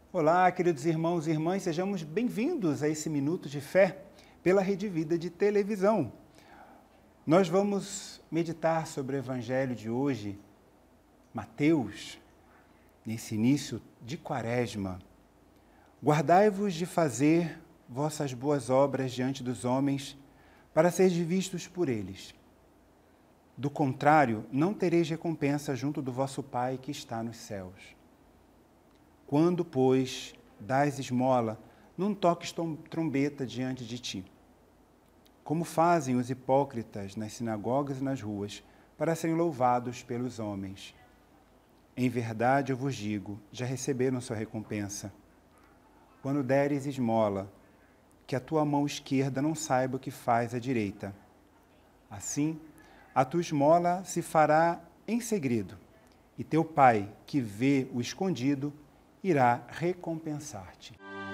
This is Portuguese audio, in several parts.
Olá, queridos irmãos e irmãs, sejamos bem-vindos a esse Minuto de Fé pela Rede Vida de televisão. Nós vamos meditar sobre o Evangelho de hoje, Mateus, nesse início de Quaresma. Guardai-vos de fazer vossas boas obras diante dos homens, para seres vistos por eles. Do contrário, não tereis recompensa junto do vosso Pai que está nos céus. Quando, pois, dás esmola, não toques trombeta diante de ti, como fazem os hipócritas nas sinagogas e nas ruas, para serem louvados pelos homens. Em verdade, eu vos digo, já receberam sua recompensa. Quando deres esmola, que a tua mão esquerda não saiba o que faz a direita. Assim, a tua esmola se fará em segredo, e teu Pai, que vê o escondido, irá recompensar-te.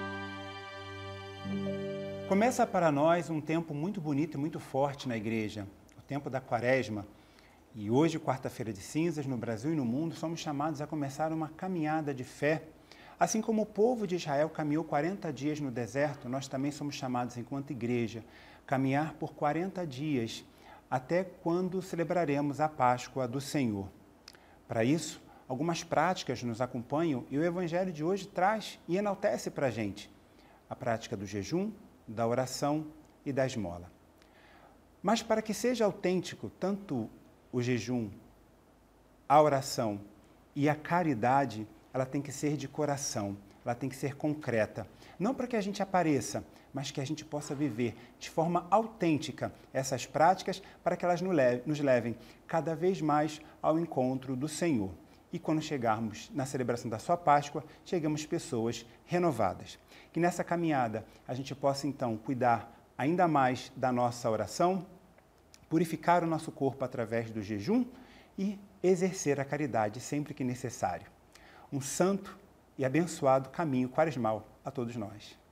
Começa para nós um tempo muito bonito e muito forte na igreja, o tempo da Quaresma. E hoje, quarta-feira de cinzas, no Brasil e no mundo, somos chamados a começar uma caminhada de fé. Assim como o povo de Israel caminhou 40 dias no deserto, nós também somos chamados, enquanto igreja, a caminhar por 40 dias, até quando celebraremos a Páscoa do Senhor. Para isso, algumas práticas nos acompanham e o Evangelho de hoje traz e enaltece para a gente a prática do jejum, da oração e da esmola. Mas para que seja autêntico tanto o jejum, a oração e a caridade, ela tem que ser de coração, ela tem que ser concreta. Não para que a gente apareça, mas que a gente possa viver de forma autêntica essas práticas para que elas nos levem cada vez mais ao encontro do Senhor. E quando chegarmos na celebração da sua Páscoa, chegamos pessoas renovadas. Que nessa caminhada a gente possa então cuidar ainda mais da nossa oração, purificar o nosso corpo através do jejum e exercer a caridade sempre que necessário. Um santo e abençoado caminho quaresmal a todos nós.